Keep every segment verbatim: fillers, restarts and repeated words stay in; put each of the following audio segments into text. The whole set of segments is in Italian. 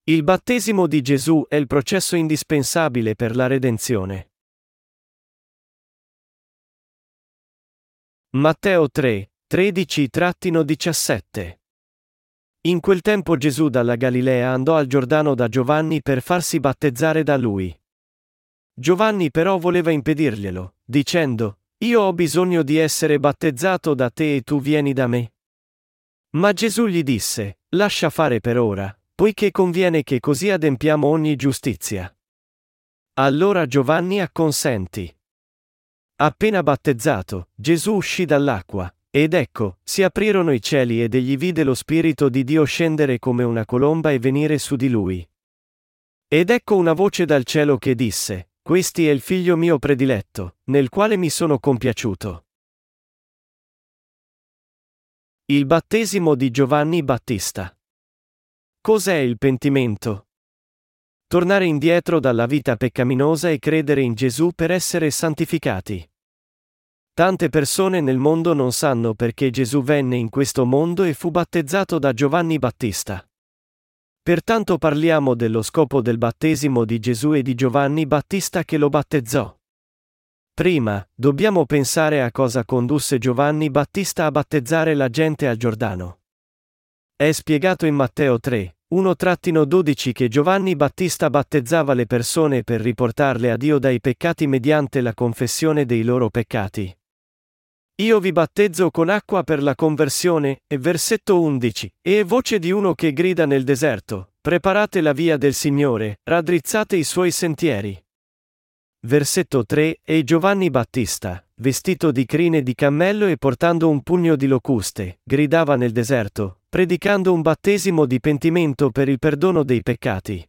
Il battesimo di Gesù è il processo indispensabile per la redenzione. Matteo tre, tredici diciassette. In quel tempo Gesù dalla Galilea andò al Giordano da Giovanni per farsi battezzare da lui. Giovanni però voleva impedirglielo, dicendo: Io ho bisogno di essere battezzato da te e tu vieni da me. Ma Gesù gli disse: Lascia fare per ora, poiché conviene che così adempiamo ogni giustizia. Allora Giovanni acconsentì. Appena battezzato, Gesù uscì dall'acqua, ed ecco, si aprirono i cieli ed egli vide lo Spirito di Dio scendere come una colomba e venire su di lui. Ed ecco una voce dal cielo che disse: Questi è il figlio mio prediletto, nel quale mi sono compiaciuto. Il battesimo di Giovanni Battista. Cos'è il pentimento? Tornare indietro dalla vita peccaminosa e credere in Gesù per essere santificati. Tante persone nel mondo non sanno perché Gesù venne in questo mondo e fu battezzato da Giovanni Battista. Pertanto parliamo dello scopo del battesimo di Gesù e di Giovanni Battista che lo battezzò. Prima, dobbiamo pensare a cosa condusse Giovanni Battista a battezzare la gente al Giordano. È spiegato in Matteo tre, uno dodici che Giovanni Battista battezzava le persone per riportarle a Dio dai peccati mediante la confessione dei loro peccati. Io vi battezzo con acqua per la conversione, e versetto undici, e voce di uno che grida nel deserto: preparate la via del Signore, raddrizzate i suoi sentieri. Versetto tre, e Giovanni Battista, vestito di crine di cammello e portando un pugno di locuste, gridava nel deserto, predicando un battesimo di pentimento per il perdono dei peccati.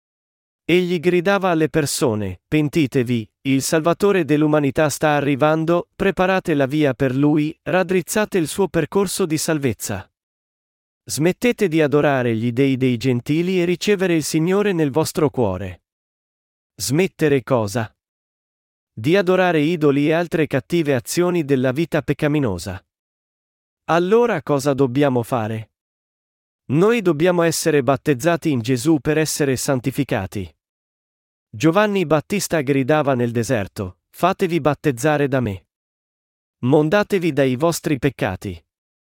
Egli gridava alle persone: pentitevi, il Salvatore dell'umanità sta arrivando, preparate la via per lui, raddrizzate il suo percorso di salvezza. Smettete di adorare gli dei dei gentili e ricevere il Signore nel vostro cuore. Smettere cosa? Di adorare idoli e altre cattive azioni della vita peccaminosa. Allora cosa dobbiamo fare? Noi dobbiamo essere battezzati in Gesù per essere santificati. Giovanni Battista gridava nel deserto: fatevi battezzare da me. Mondatevi dai vostri peccati.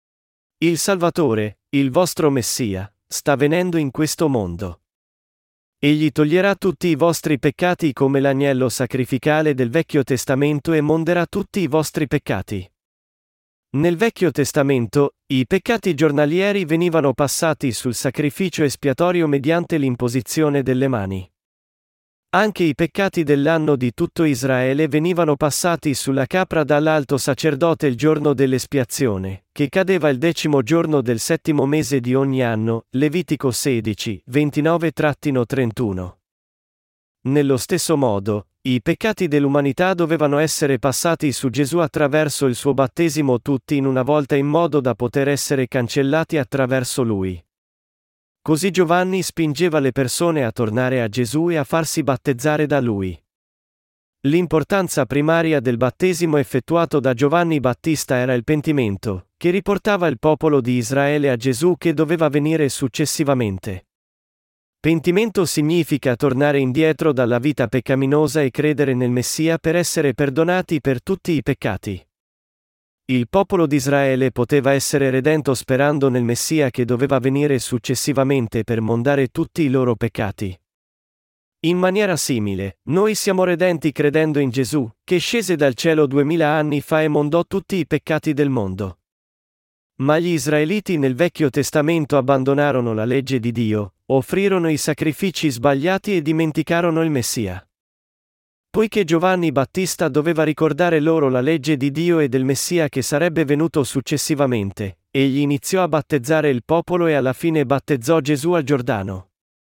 Il Salvatore, il vostro Messia, sta venendo in questo mondo. Egli toglierà tutti i vostri peccati come l'agnello sacrificale del Vecchio Testamento e monderà tutti i vostri peccati. Nel Vecchio Testamento, i peccati giornalieri venivano passati sul sacrificio espiatorio mediante l'imposizione delle mani. Anche i peccati dell'anno di tutto Israele venivano passati sulla capra dall'alto sacerdote il giorno dell'espiazione, che cadeva il decimo giorno del settimo mese di ogni anno, Levitico sedici, ventinove trentuno. Nello stesso modo, i peccati dell'umanità dovevano essere passati su Gesù attraverso il suo battesimo tutti in una volta in modo da poter essere cancellati attraverso lui. Così Giovanni spingeva le persone a tornare a Gesù e a farsi battezzare da lui. L'importanza primaria del battesimo effettuato da Giovanni Battista era il pentimento, che riportava il popolo di Israele a Gesù che doveva venire successivamente. Pentimento significa tornare indietro dalla vita peccaminosa e credere nel Messia per essere perdonati per tutti i peccati. Il popolo di Israele poteva essere redento sperando nel Messia che doveva venire successivamente per mondare tutti i loro peccati. In maniera simile, noi siamo redenti credendo in Gesù, che scese dal cielo duemila anni fa e mondò tutti i peccati del mondo. Ma gli israeliti nel Vecchio Testamento abbandonarono la legge di Dio, offrirono i sacrifici sbagliati e dimenticarono il Messia. Poiché Giovanni Battista doveva ricordare loro la legge di Dio e del Messia che sarebbe venuto successivamente, egli iniziò a battezzare il popolo e alla fine battezzò Gesù al Giordano.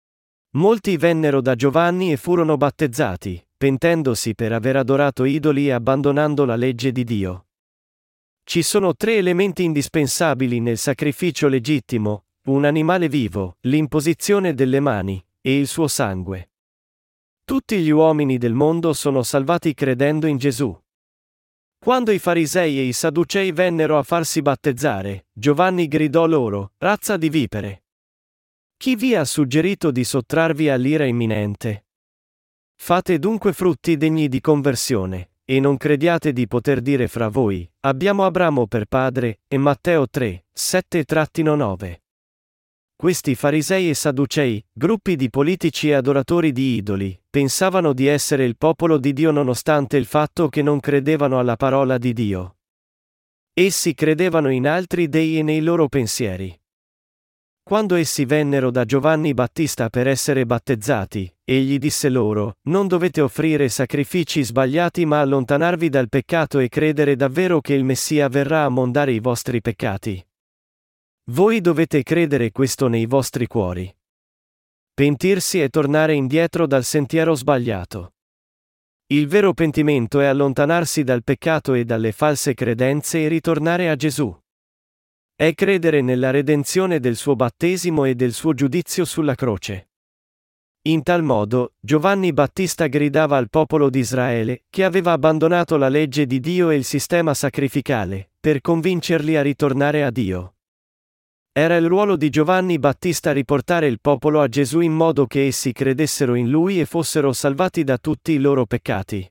Molti vennero da Giovanni e furono battezzati, pentendosi per aver adorato idoli e abbandonando la legge di Dio. Ci sono tre elementi indispensabili nel sacrificio legittimo: un animale vivo, l'imposizione delle mani, e il suo sangue. Tutti gli uomini del mondo sono salvati credendo in Gesù. Quando i farisei e i sadducei vennero a farsi battezzare, Giovanni gridò loro: razza di vipere! Chi vi ha suggerito di sottrarvi all'ira imminente? Fate dunque frutti degni di conversione, e non crediate di poter dire fra voi: abbiamo Abramo per padre, e Matteo tre, sette nove. Questi farisei e sadducei, gruppi di politici e adoratori di idoli, pensavano di essere il popolo di Dio nonostante il fatto che non credevano alla parola di Dio. Essi credevano in altri dei e nei loro pensieri. Quando essi vennero da Giovanni Battista per essere battezzati, egli disse loro: non dovete offrire sacrifici sbagliati ma allontanarvi dal peccato e credere davvero che il Messia verrà a mondare i vostri peccati. Voi dovete credere questo nei vostri cuori. Pentirsi è tornare indietro dal sentiero sbagliato. Il vero pentimento è allontanarsi dal peccato e dalle false credenze e ritornare a Gesù. È credere nella redenzione del suo battesimo e del suo giudizio sulla croce. In tal modo, Giovanni Battista gridava al popolo di Israele, che aveva abbandonato la legge di Dio e il sistema sacrificale, per convincerli a ritornare a Dio. Era il ruolo di Giovanni Battista riportare il popolo a Gesù in modo che essi credessero in Lui e fossero salvati da tutti i loro peccati.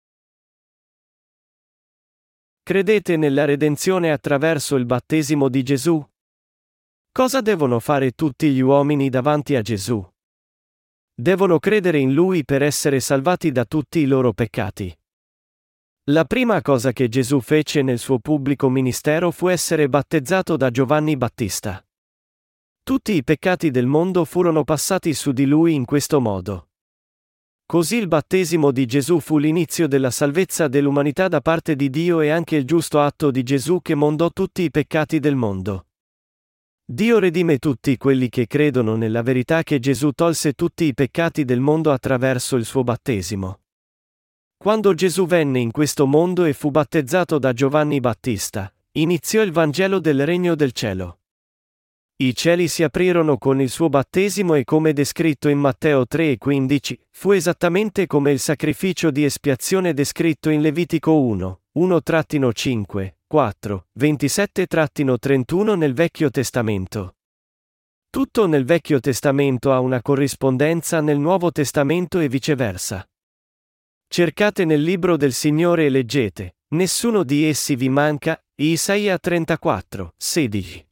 Credete nella redenzione attraverso il battesimo di Gesù? Cosa devono fare tutti gli uomini davanti a Gesù? Devono credere in Lui per essere salvati da tutti i loro peccati. La prima cosa che Gesù fece nel suo pubblico ministero fu essere battezzato da Giovanni Battista. Tutti i peccati del mondo furono passati su di lui in questo modo. Così il battesimo di Gesù fu l'inizio della salvezza dell'umanità da parte di Dio e anche il giusto atto di Gesù che mondò tutti i peccati del mondo. Dio redime tutti quelli che credono nella verità che Gesù tolse tutti i peccati del mondo attraverso il suo battesimo. Quando Gesù venne in questo mondo e fu battezzato da Giovanni Battista, iniziò il Vangelo del Regno del Cielo. I cieli si aprirono con il suo battesimo e come descritto in Matteo tre e quindici, fu esattamente come il sacrificio di espiazione descritto in Levitico uno, uno cinque, quattro, ventisette trentuno nel Vecchio Testamento. Tutto nel Vecchio Testamento ha una corrispondenza nel Nuovo Testamento e viceversa. Cercate nel libro del Signore e leggete: nessuno di essi vi manca, Isaia trentaquattro, sedici.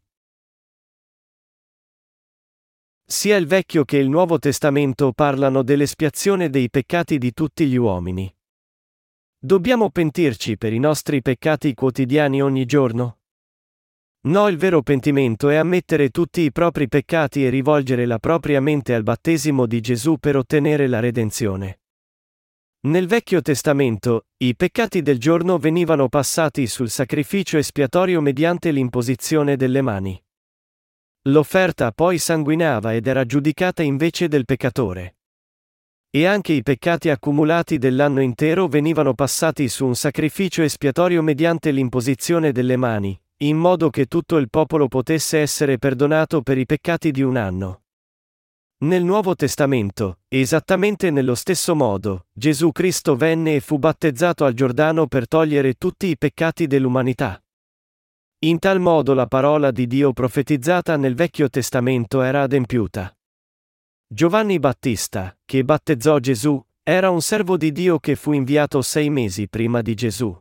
Sia il Vecchio che il Nuovo Testamento parlano dell'espiazione dei peccati di tutti gli uomini. Dobbiamo pentirci per i nostri peccati quotidiani ogni giorno? No, il vero pentimento è ammettere tutti i propri peccati e rivolgere la propria mente al battesimo di Gesù per ottenere la redenzione. Nel Vecchio Testamento, i peccati del giorno venivano passati sul sacrificio espiatorio mediante l'imposizione delle mani. L'offerta poi sanguinava ed era giudicata invece del peccatore. E anche i peccati accumulati dell'anno intero venivano passati su un sacrificio espiatorio mediante l'imposizione delle mani, in modo che tutto il popolo potesse essere perdonato per i peccati di un anno. Nel Nuovo Testamento, esattamente nello stesso modo, Gesù Cristo venne e fu battezzato al Giordano per togliere tutti i peccati dell'umanità. In tal modo la parola di Dio profetizzata nel Vecchio Testamento era adempiuta. Giovanni Battista, che battezzò Gesù, era un servo di Dio che fu inviato sei mesi prima di Gesù.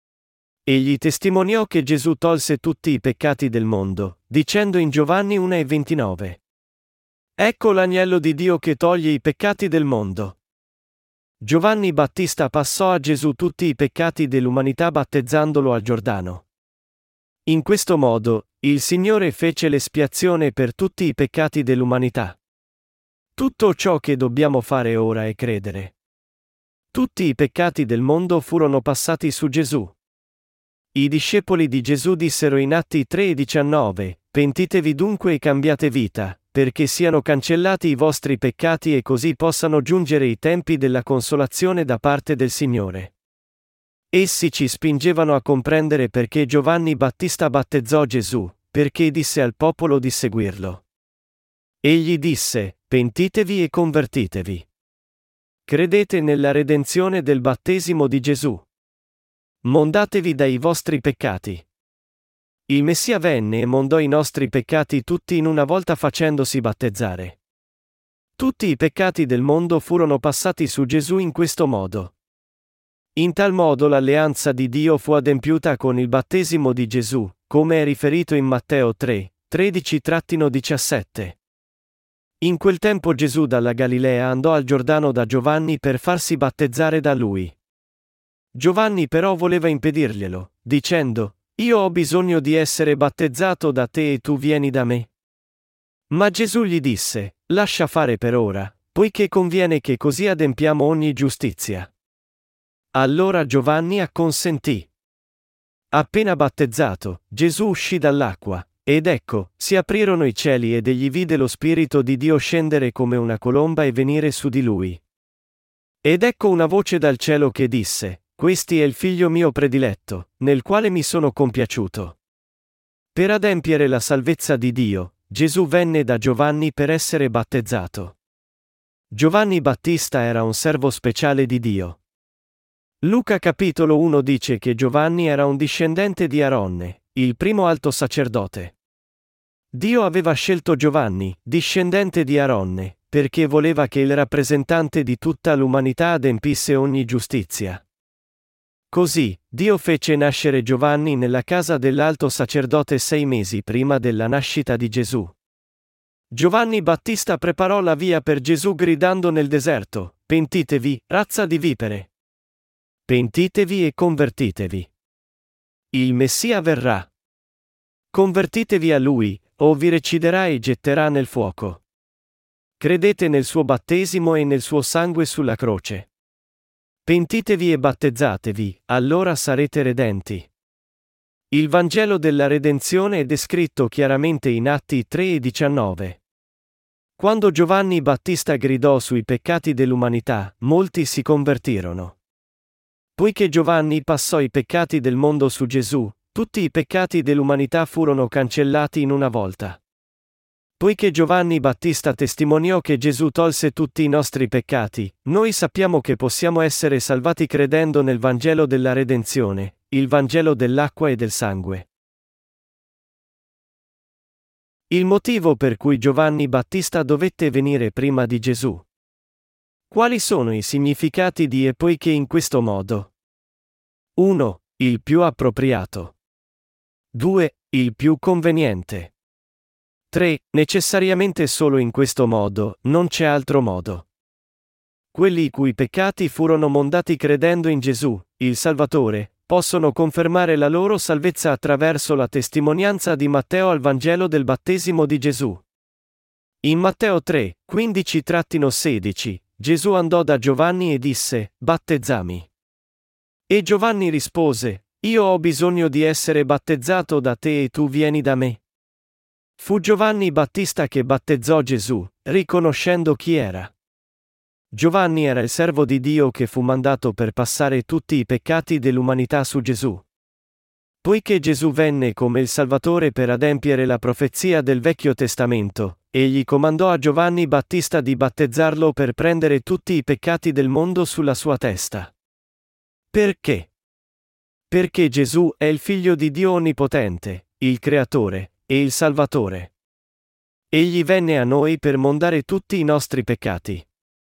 Egli testimoniò che Gesù tolse tutti i peccati del mondo, dicendo in Giovanni uno e ventinove: Ecco l'agnello di Dio che toglie i peccati del mondo. Giovanni Battista passò a Gesù tutti i peccati dell'umanità battezzandolo al Giordano. In questo modo, il Signore fece l'espiazione per tutti i peccati dell'umanità. Tutto ciò che dobbiamo fare ora è credere. Tutti i peccati del mondo furono passati su Gesù. I discepoli di Gesù dissero in Atti tre e diciannove: Pentitevi dunque e cambiate vita, perché siano cancellati i vostri peccati e così possano giungere i tempi della consolazione da parte del Signore. Essi ci spingevano a comprendere perché Giovanni Battista battezzò Gesù, perché disse al popolo di seguirlo. Egli disse: Pentitevi e convertitevi. Credete nella redenzione del battesimo di Gesù. Mondatevi dai vostri peccati. Il Messia venne e mondò i nostri peccati tutti in una volta facendosi battezzare. Tutti i peccati del mondo furono passati su Gesù in questo modo. In tal modo l'alleanza di Dio fu adempiuta con il battesimo di Gesù, come è riferito in Matteo tre, tredici diciassette. In quel tempo Gesù dalla Galilea andò al Giordano da Giovanni per farsi battezzare da lui. Giovanni però voleva impedirglielo, dicendo: Io ho bisogno di essere battezzato da te e tu vieni da me. Ma Gesù gli disse: Lascia fare per ora, poiché conviene che così adempiamo ogni giustizia. Allora Giovanni acconsentì. Appena battezzato, Gesù uscì dall'acqua, ed ecco, si aprirono i cieli ed egli vide lo Spirito di Dio scendere come una colomba e venire su di lui. Ed ecco una voce dal cielo che disse: Questi è il figlio mio prediletto, nel quale mi sono compiaciuto. Per adempiere la salvezza di Dio, Gesù venne da Giovanni per essere battezzato. Giovanni Battista era un servo speciale di Dio. Luca capitolo uno dice che Giovanni era un discendente di Aronne, il primo alto sacerdote. Dio aveva scelto Giovanni, discendente di Aronne, perché voleva che il rappresentante di tutta l'umanità adempisse ogni giustizia. Così, Dio fece nascere Giovanni nella casa dell'alto sacerdote sei mesi prima della nascita di Gesù. Giovanni Battista preparò la via per Gesù gridando nel deserto: Pentitevi, razza di vipere! Pentitevi e convertitevi. Il Messia verrà. Convertitevi a Lui, o vi reciderà e getterà nel fuoco. Credete nel suo battesimo e nel suo sangue sulla croce. Pentitevi e battezzatevi, allora sarete redenti. Il Vangelo della redenzione è descritto chiaramente in Atti tre e diciannove. Quando Giovanni Battista gridò sui peccati dell'umanità, molti si convertirono. Poiché Giovanni passò i peccati del mondo su Gesù, tutti i peccati dell'umanità furono cancellati in una volta. Poiché Giovanni Battista testimoniò che Gesù tolse tutti i nostri peccati, noi sappiamo che possiamo essere salvati credendo nel Vangelo della redenzione, il Vangelo dell'acqua e del sangue. Il motivo per cui Giovanni Battista dovette venire prima di Gesù. Quali sono i significati di "e poiché in questo modo"? uno. Il più appropriato. due. Il più conveniente. tre. Necessariamente solo in questo modo, non c'è altro modo. Quelli i cui peccati furono mondati credendo in Gesù, il Salvatore, possono confermare la loro salvezza attraverso la testimonianza di Matteo al Vangelo del battesimo di Gesù. In Matteo tre, quindici sedici, Gesù andò da Giovanni e disse: Battezzami. E Giovanni rispose: Io ho bisogno di essere battezzato da te e tu vieni da me. Fu Giovanni Battista che battezzò Gesù, riconoscendo chi era. Giovanni era il servo di Dio che fu mandato per passare tutti i peccati dell'umanità su Gesù. Poiché Gesù venne come il Salvatore per adempiere la profezia del Vecchio Testamento, egli comandò a Giovanni Battista di battezzarlo per prendere tutti i peccati del mondo sulla sua testa. Perché? Perché Gesù è il Figlio di Dio Onnipotente, il Creatore, e il Salvatore. Egli venne a noi per mondare tutti i nostri peccati.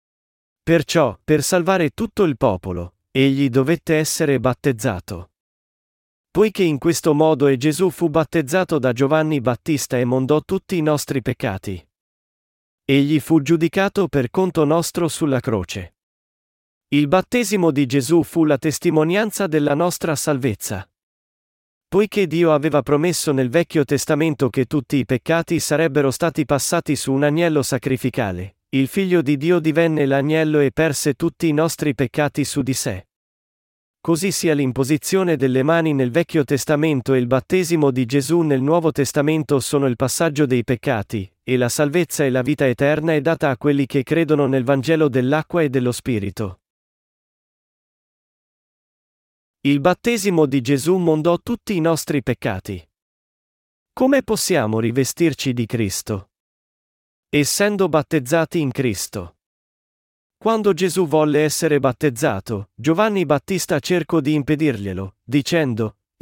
Perciò, per salvare tutto il popolo, egli dovette essere battezzato. Poiché in questo modo e Gesù fu battezzato da Giovanni Battista e mondò tutti i nostri peccati. Egli fu giudicato per conto nostro sulla croce. Il battesimo di Gesù fu la testimonianza della nostra salvezza. Poiché Dio aveva promesso nel Vecchio Testamento che tutti i peccati sarebbero stati passati su un agnello sacrificale, il Figlio di Dio divenne l'agnello e perse tutti i nostri peccati su di sé. Così sia l'imposizione delle mani nel Vecchio Testamento e il battesimo di Gesù nel Nuovo Testamento sono il passaggio dei peccati, e la salvezza e la vita eterna è data a quelli che credono nel Vangelo dell'acqua e dello Spirito. Il battesimo di Gesù mondò tutti i nostri peccati. Come possiamo rivestirci di Cristo? Essendo battezzati in Cristo. Quando Gesù volle essere battezzato, Giovanni Battista cercò di impedirglielo, dicendo: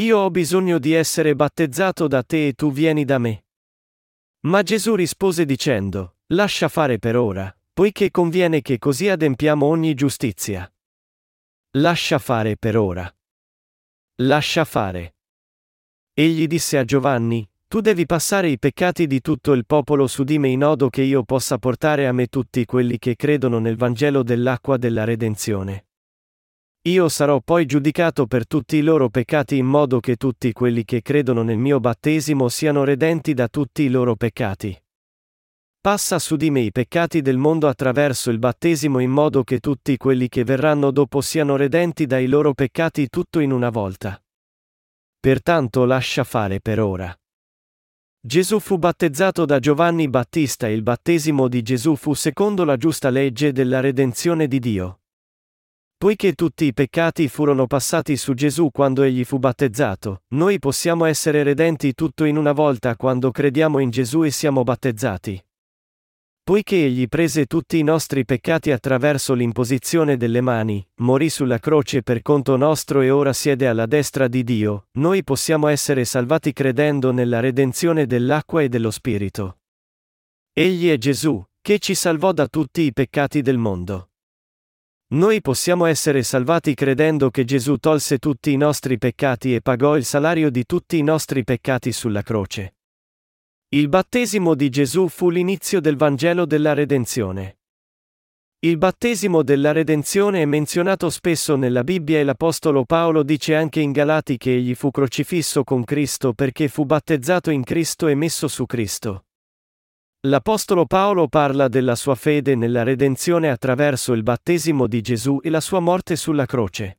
Io ho bisogno di essere battezzato da te e tu vieni da me. Ma Gesù rispose dicendo, lascia fare per ora, poiché conviene che così adempiamo ogni giustizia. Lascia fare per ora. Lascia fare. Egli disse a Giovanni, tu devi passare i peccati di tutto il popolo su di me in modo che io possa portare a me tutti quelli che credono nel Vangelo dell'acqua della redenzione. Io sarò poi giudicato per tutti i loro peccati in modo che tutti quelli che credono nel mio battesimo siano redenti da tutti i loro peccati. Passa su di me i peccati del mondo attraverso il battesimo in modo che tutti quelli che verranno dopo siano redenti dai loro peccati tutto in una volta. Pertanto lascia fare per ora. Gesù fu battezzato da Giovanni Battista e il battesimo di Gesù fu secondo la giusta legge della redenzione di Dio. Poiché tutti i peccati furono passati su Gesù quando egli fu battezzato, noi possiamo essere redenti tutto in una volta quando crediamo in Gesù e siamo battezzati. Poiché egli prese tutti i nostri peccati attraverso l'imposizione delle mani, morì sulla croce per conto nostro e ora siede alla destra di Dio, noi possiamo essere salvati credendo nella redenzione dell'acqua e dello Spirito. Egli è Gesù, che ci salvò da tutti i peccati del mondo. Noi possiamo essere salvati credendo che Gesù tolse tutti i nostri peccati e pagò il salario di tutti i nostri peccati sulla croce. Il battesimo di Gesù fu l'inizio del Vangelo della redenzione. Il battesimo della redenzione è menzionato spesso nella Bibbia e l'Apostolo Paolo dice anche in Galati che egli fu crocifisso con Cristo perché fu battezzato in Cristo e messo su Cristo. L'Apostolo Paolo parla della sua fede nella redenzione attraverso il battesimo di Gesù e la sua morte sulla croce.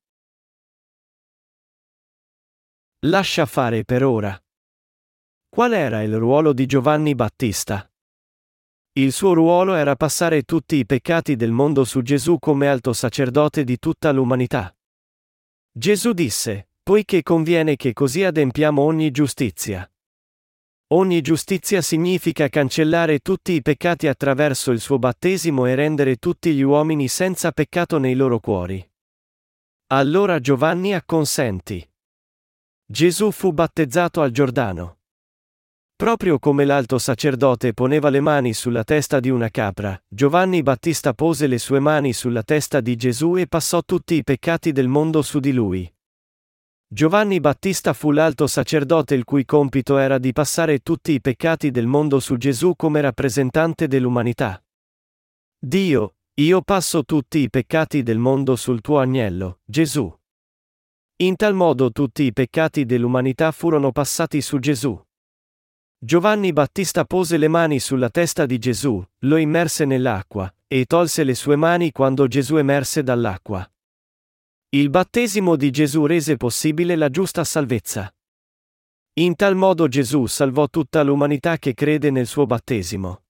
Lascia fare per ora. Qual era il ruolo di Giovanni Battista? Il suo ruolo era passare tutti i peccati del mondo su Gesù come alto sacerdote di tutta l'umanità. Gesù disse, poiché conviene che così adempiamo ogni giustizia. Ogni giustizia significa cancellare tutti i peccati attraverso il suo battesimo e rendere tutti gli uomini senza peccato nei loro cuori. Allora Giovanni acconsentì. Gesù fu battezzato al Giordano. Proprio come l'alto sacerdote poneva le mani sulla testa di una capra, Giovanni Battista pose le sue mani sulla testa di Gesù e passò tutti i peccati del mondo su di lui. Giovanni Battista fu l'alto sacerdote il cui compito era di passare tutti i peccati del mondo su Gesù come rappresentante dell'umanità. Dio, io passo tutti i peccati del mondo sul tuo agnello, Gesù. In tal modo tutti i peccati dell'umanità furono passati su Gesù. Giovanni Battista pose le mani sulla testa di Gesù, lo immerse nell'acqua, e tolse le sue mani quando Gesù emerse dall'acqua. Il battesimo di Gesù rese possibile la giusta salvezza. In tal modo Gesù salvò tutta l'umanità che crede nel suo battesimo.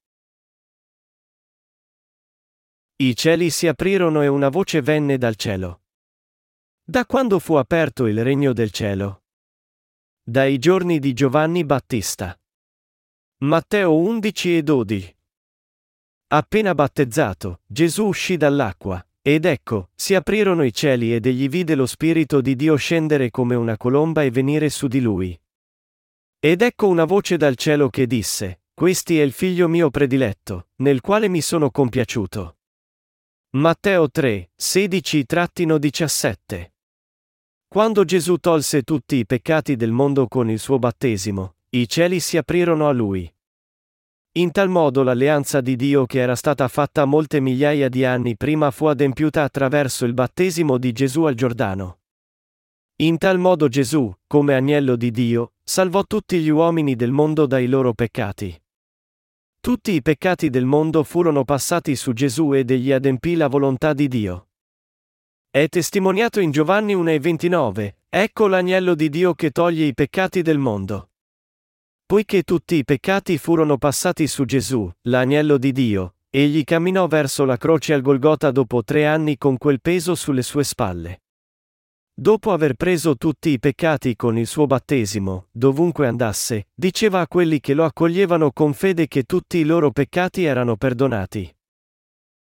I cieli si aprirono e una voce venne dal cielo. Da quando fu aperto il regno del cielo? Dai giorni di Giovanni Battista. Matteo undici e dodici. Appena battezzato, Gesù uscì dall'acqua, ed ecco, si aprirono i cieli ed egli vide lo Spirito di Dio scendere come una colomba e venire su di lui. Ed ecco una voce dal cielo che disse, «Questi è il figlio mio prediletto, nel quale mi sono compiaciuto». Matteo tre, sedici diciassette. Quando Gesù tolse tutti i peccati del mondo con il suo battesimo, i cieli si aprirono a lui. In tal modo l'alleanza di Dio che era stata fatta molte migliaia di anni prima fu adempiuta attraverso il battesimo di Gesù al Giordano. In tal modo Gesù, come agnello di Dio, salvò tutti gli uomini del mondo dai loro peccati. Tutti i peccati del mondo furono passati su Gesù ed egli adempì la volontà di Dio. È testimoniato in Giovanni uno e ventinove, ecco l'agnello di Dio che toglie i peccati del mondo. Poiché tutti i peccati furono passati su Gesù, l'agnello di Dio, egli camminò verso la croce al Golgota dopo tre anni con quel peso sulle sue spalle. Dopo aver preso tutti i peccati con il suo battesimo, dovunque andasse, diceva a quelli che lo accoglievano con fede che tutti i loro peccati erano perdonati.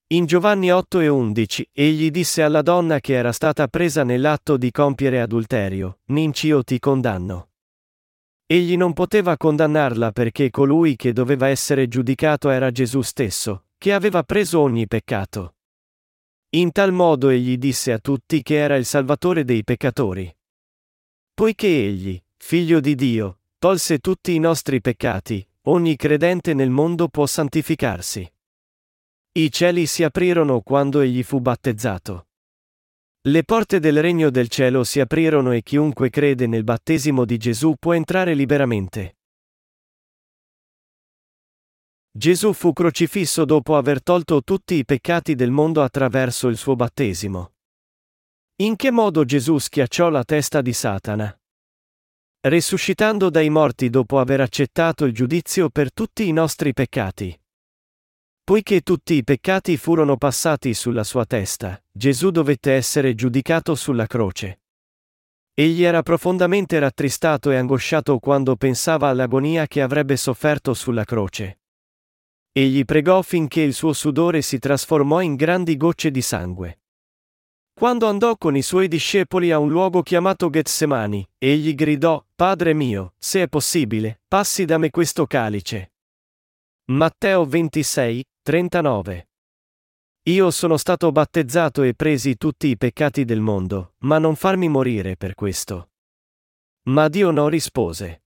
In Giovanni otto e undici, egli disse alla donna che era stata presa nell'atto di compiere adulterio: Ninci io ti condanno. Egli non poteva condannarla perché colui che doveva essere giudicato era Gesù stesso, che aveva preso ogni peccato. In tal modo egli disse a tutti che era il Salvatore dei peccatori. Poiché egli, Figlio di Dio, tolse tutti i nostri peccati, ogni credente nel mondo può santificarsi. I cieli si aprirono quando egli fu battezzato. Le porte del regno del cielo si aprirono e chiunque crede nel battesimo di Gesù può entrare liberamente. Gesù fu crocifisso dopo aver tolto tutti i peccati del mondo attraverso il suo battesimo. In che modo Gesù schiacciò la testa di Satana? Risuscitando dai morti dopo aver accettato il giudizio per tutti i nostri peccati. Poiché tutti i peccati furono passati sulla sua testa, Gesù dovette essere giudicato sulla croce. Egli era profondamente rattristato e angosciato quando pensava all'agonia che avrebbe sofferto sulla croce. Egli pregò finché il suo sudore si trasformò in grandi gocce di sangue. Quando andò con i suoi discepoli a un luogo chiamato Getsemani, egli gridò: Padre mio, se è possibile, passi da me questo calice. Matteo ventisei, trentanove. Io sono stato battezzato e presi tutti i peccati del mondo, ma non farmi morire per questo. Ma Dio no rispose.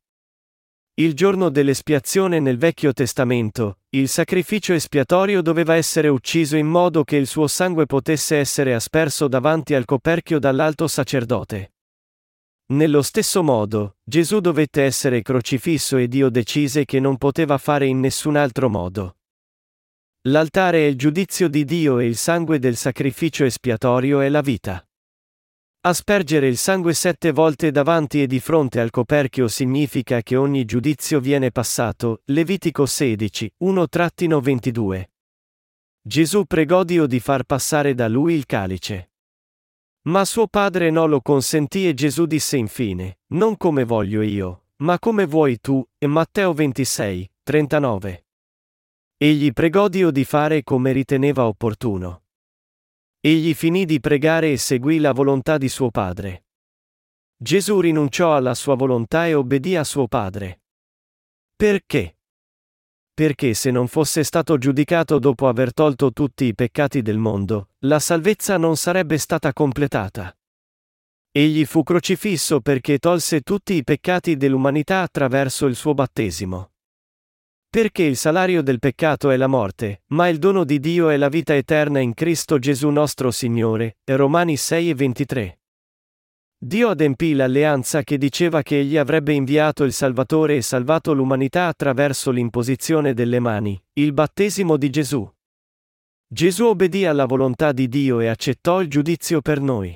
Il giorno dell'espiazione nel Vecchio Testamento, il sacrificio espiatorio doveva essere ucciso in modo che il suo sangue potesse essere asperso davanti al coperchio dall'alto sacerdote. Nello stesso modo, Gesù dovette essere crocifisso e Dio decise che non poteva fare in nessun altro modo. L'altare è il giudizio di Dio e il sangue del sacrificio espiatorio è la vita. Aspergere il sangue sette volte davanti e di fronte al coperchio significa che ogni giudizio viene passato. Levitico sedici, uno ventidue. Gesù pregò Dio di far passare da lui il calice. Ma suo padre non lo consentì e Gesù disse infine: Non come voglio io, ma come vuoi tu. E Matteo ventisei, trentanove. Egli pregò Dio di fare come riteneva opportuno. Egli finì di pregare e seguì la volontà di suo padre. Gesù rinunciò alla sua volontà e obbedì a suo padre. Perché? Perché se non fosse stato giudicato dopo aver tolto tutti i peccati del mondo, la salvezza non sarebbe stata completata. Egli fu crocifisso perché tolse tutti i peccati dell'umanità attraverso il suo battesimo. Perché il salario del peccato è la morte, ma il dono di Dio è la vita eterna in Cristo Gesù nostro Signore. Romani sei e ventitré. Dio adempì l'alleanza che diceva che egli avrebbe inviato il Salvatore e salvato l'umanità attraverso l'imposizione delle mani, il battesimo di Gesù. Gesù obbedì alla volontà di Dio e accettò il giudizio per noi.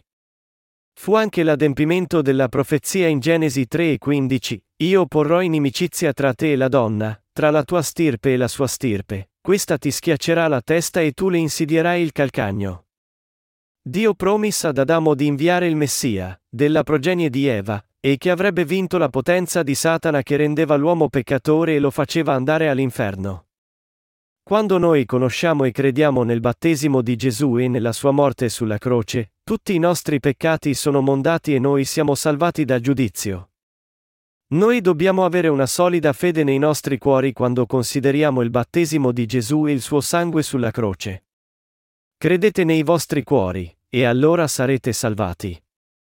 Fu anche l'adempimento della profezia in Genesi tre e quindici: Io porrò inimicizia tra te e la donna, tra la tua stirpe e la sua stirpe, questa ti schiaccerà la testa e tu le insidierai il calcagno. Dio promise ad Adamo di inviare il Messia, della progenie di Eva, e che avrebbe vinto la potenza di Satana che rendeva l'uomo peccatore e lo faceva andare all'inferno. Quando noi conosciamo e crediamo nel battesimo di Gesù e nella sua morte sulla croce, tutti i nostri peccati sono mondati e noi siamo salvati dal giudizio. Noi dobbiamo avere una solida fede nei nostri cuori quando consideriamo il battesimo di Gesù e il suo sangue sulla croce. Credete nei vostri cuori, e allora sarete salvati.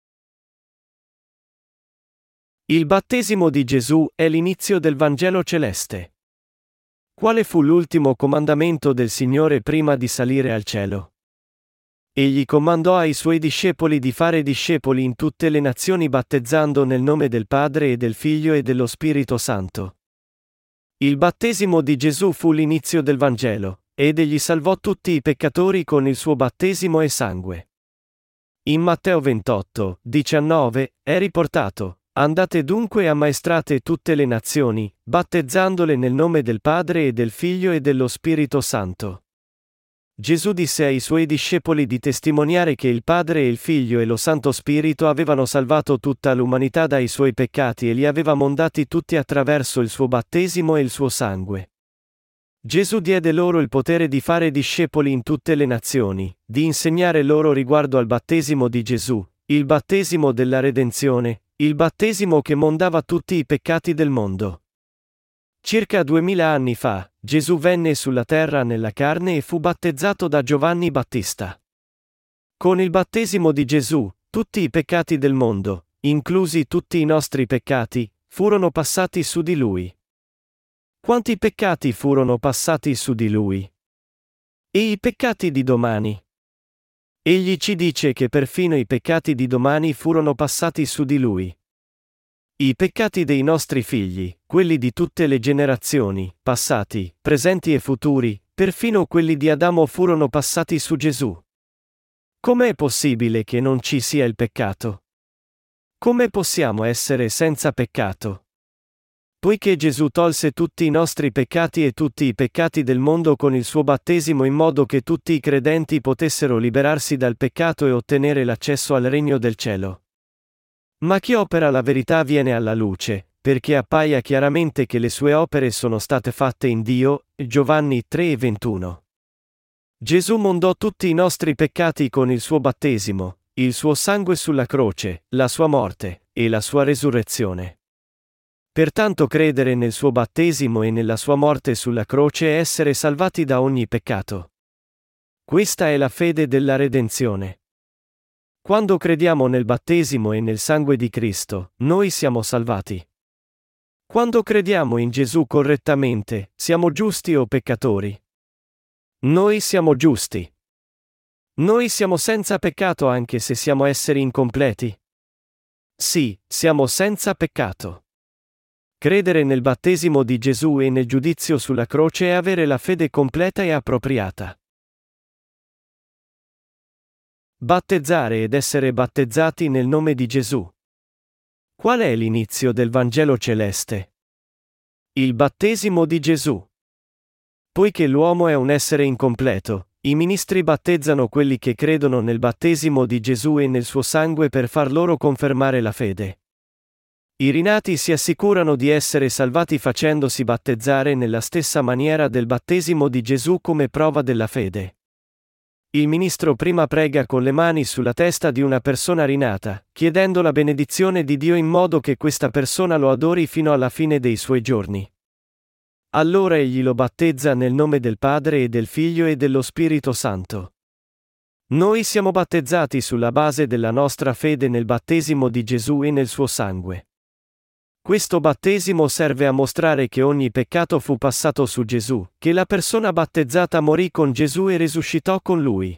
Il battesimo di Gesù è l'inizio del Vangelo celeste. Quale fu l'ultimo comandamento del Signore prima di salire al cielo? Egli comandò ai suoi discepoli di fare discepoli in tutte le nazioni battezzando nel nome del Padre e del Figlio e dello Spirito Santo. Il battesimo di Gesù fu l'inizio del Vangelo, ed egli salvò tutti i peccatori con il suo battesimo e sangue. In Matteo ventotto, diciannove, è riportato: Andate dunque e ammaestrate tutte le nazioni, battezzandole nel nome del Padre e del Figlio e dello Spirito Santo. Gesù disse ai suoi discepoli di testimoniare che il Padre e il Figlio e lo Santo Spirito avevano salvato tutta l'umanità dai suoi peccati e li aveva mondati tutti attraverso il suo battesimo e il suo sangue. Gesù diede loro il potere di fare discepoli in tutte le nazioni, di insegnare loro riguardo al battesimo di Gesù, il battesimo della redenzione, il battesimo che mondava tutti i peccati del mondo. Circa duemila anni fa, Gesù venne sulla terra nella carne e fu battezzato da Giovanni Battista. Con il battesimo di Gesù, tutti i peccati del mondo, inclusi tutti i nostri peccati, furono passati su di lui. Quanti peccati furono passati su di lui? E i peccati di domani? Egli ci dice che perfino i peccati di domani furono passati su di lui. I peccati dei nostri figli, quelli di tutte le generazioni, passati, presenti e futuri, perfino quelli di Adamo furono passati su Gesù. Com'è possibile che non ci sia il peccato? Come possiamo essere senza peccato? Poiché Gesù tolse tutti i nostri peccati e tutti i peccati del mondo con il suo battesimo in modo che tutti i credenti potessero liberarsi dal peccato e ottenere l'accesso al regno del cielo. Ma chi opera la verità viene alla luce, perché appaia chiaramente che le sue opere sono state fatte in Dio. Giovanni tre e ventuno. Gesù mondò tutti i nostri peccati con il suo battesimo, il suo sangue sulla croce, la sua morte, e la sua resurrezione. Pertanto credere nel suo battesimo e nella sua morte sulla croce è essere salvati da ogni peccato. Questa è la fede della redenzione. Quando crediamo nel battesimo e nel sangue di Cristo, noi siamo salvati. Quando crediamo in Gesù correttamente, siamo giusti o peccatori? Noi siamo giusti. Noi siamo senza peccato anche se siamo esseri incompleti? Sì, siamo senza peccato. Credere nel battesimo di Gesù e nel giudizio sulla croce è avere la fede completa e appropriata. Battezzare ed essere battezzati nel nome di Gesù. Qual è l'inizio del Vangelo celeste? Il battesimo di Gesù. Poiché l'uomo è un essere incompleto, i ministri battezzano quelli che credono nel battesimo di Gesù e nel suo sangue per far loro confermare la fede. I rinati si assicurano di essere salvati facendosi battezzare nella stessa maniera del battesimo di Gesù come prova della fede. Il ministro prima prega con le mani sulla testa di una persona rinata, chiedendo la benedizione di Dio in modo che questa persona lo adori fino alla fine dei suoi giorni. Allora egli lo battezza nel nome del Padre e del Figlio e dello Spirito Santo. Noi siamo battezzati sulla base della nostra fede nel battesimo di Gesù e nel suo sangue. Questo battesimo serve a mostrare che ogni peccato fu passato su Gesù, che la persona battezzata morì con Gesù e risuscitò con lui.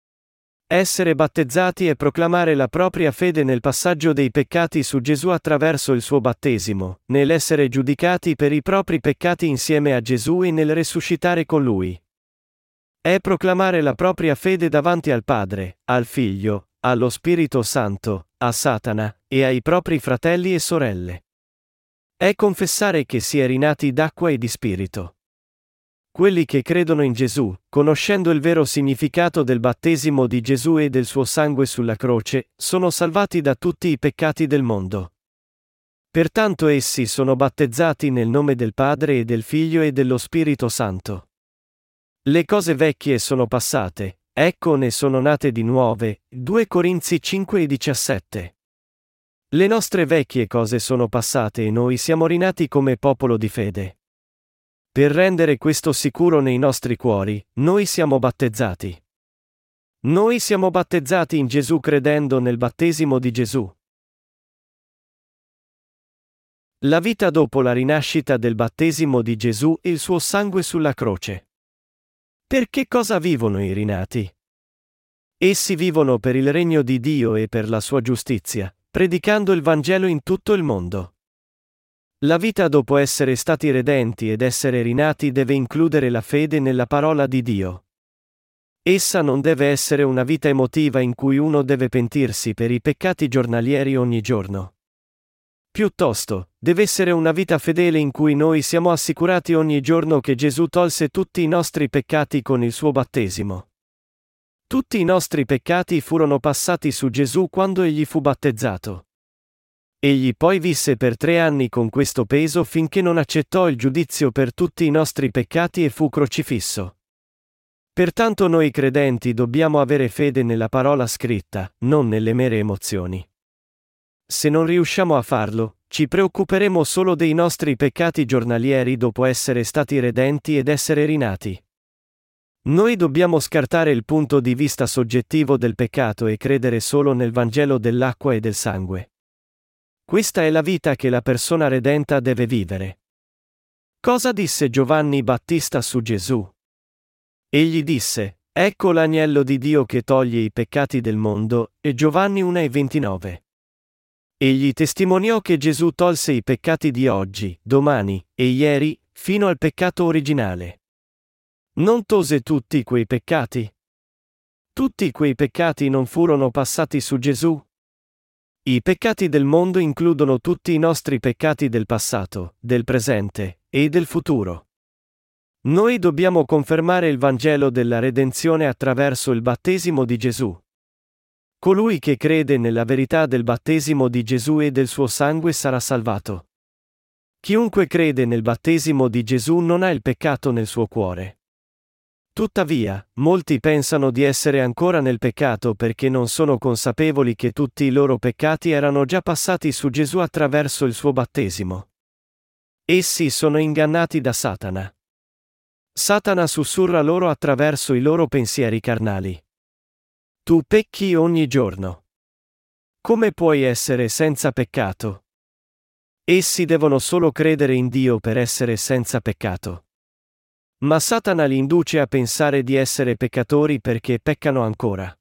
Essere battezzati è proclamare la propria fede nel passaggio dei peccati su Gesù attraverso il suo battesimo, nell'essere giudicati per i propri peccati insieme a Gesù e nel risuscitare con lui. È proclamare la propria fede davanti al Padre, al Figlio, allo Spirito Santo, a Satana, e ai propri fratelli e sorelle. È confessare che si è rinati d'acqua e di spirito. Quelli che credono in Gesù, conoscendo il vero significato del battesimo di Gesù e del suo sangue sulla croce, sono salvati da tutti i peccati del mondo. Pertanto essi sono battezzati nel nome del Padre e del Figlio e dello Spirito Santo. Le cose vecchie sono passate, ecco ne sono nate di nuove. due Corinzi cinque e diciassette. Le nostre vecchie cose sono passate e noi siamo rinati come popolo di fede. Per rendere questo sicuro nei nostri cuori, noi siamo battezzati. Noi siamo battezzati in Gesù credendo nel battesimo di Gesù. La vita dopo la rinascita del battesimo di Gesù e il suo sangue sulla croce. Per che cosa vivono i rinati? Essi vivono per il regno di Dio e per la sua giustizia, predicando il Vangelo in tutto il mondo. La vita dopo essere stati redenti ed essere rinati deve includere la fede nella parola di Dio. Essa non deve essere una vita emotiva in cui uno deve pentirsi per i peccati giornalieri ogni giorno. Piuttosto, deve essere una vita fedele in cui noi siamo assicurati ogni giorno che Gesù tolse tutti i nostri peccati con il suo battesimo. Tutti i nostri peccati furono passati su Gesù quando egli fu battezzato. Egli poi visse per tre anni con questo peso finché non accettò il giudizio per tutti i nostri peccati e fu crocifisso. Pertanto noi credenti dobbiamo avere fede nella parola scritta, non nelle mere emozioni. Se non riusciamo a farlo, ci preoccuperemo solo dei nostri peccati giornalieri dopo essere stati redenti ed essere rinati. Noi dobbiamo scartare il punto di vista soggettivo del peccato e credere solo nel Vangelo dell'acqua e del sangue. Questa è la vita che la persona redenta deve vivere. Cosa disse Giovanni Battista su Gesù? Egli disse: "Ecco l'agnello di Dio che toglie i peccati del mondo", e Giovanni uno e ventinove. Egli testimoniò che Gesù tolse i peccati di oggi, domani, e ieri, fino al peccato originale. Non tose tutti quei peccati? Tutti quei peccati non furono passati su Gesù? I peccati del mondo includono tutti i nostri peccati del passato, del presente, e del futuro. Noi dobbiamo confermare il Vangelo della redenzione attraverso il battesimo di Gesù. Colui che crede nella verità del battesimo di Gesù e del suo sangue sarà salvato. Chiunque crede nel battesimo di Gesù non ha il peccato nel suo cuore. Tuttavia, molti pensano di essere ancora nel peccato perché non sono consapevoli che tutti i loro peccati erano già passati su Gesù attraverso il suo battesimo. Essi sono ingannati da Satana. Satana sussurra loro attraverso i loro pensieri carnali. Tu pecchi ogni giorno. Come puoi essere senza peccato? Essi devono solo credere in Dio per essere senza peccato. Ma Satana li induce a pensare di essere peccatori perché peccano ancora.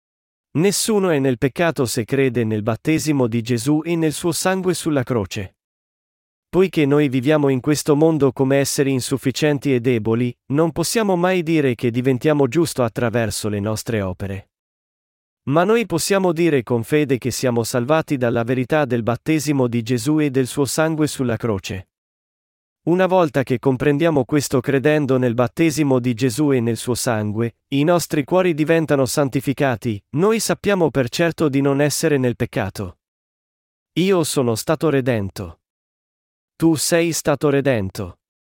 Nessuno è nel peccato se crede nel battesimo di Gesù e nel suo sangue sulla croce. Poiché noi viviamo in questo mondo come esseri insufficienti e deboli, non possiamo mai dire che diventiamo giusto attraverso le nostre opere. Ma noi possiamo dire con fede che siamo salvati dalla verità del battesimo di Gesù e del suo sangue sulla croce. Una volta che comprendiamo questo credendo nel battesimo di Gesù e nel suo sangue, i nostri cuori diventano santificati, noi sappiamo per certo di non essere nel peccato. Io sono stato redento. Tu sei stato redento.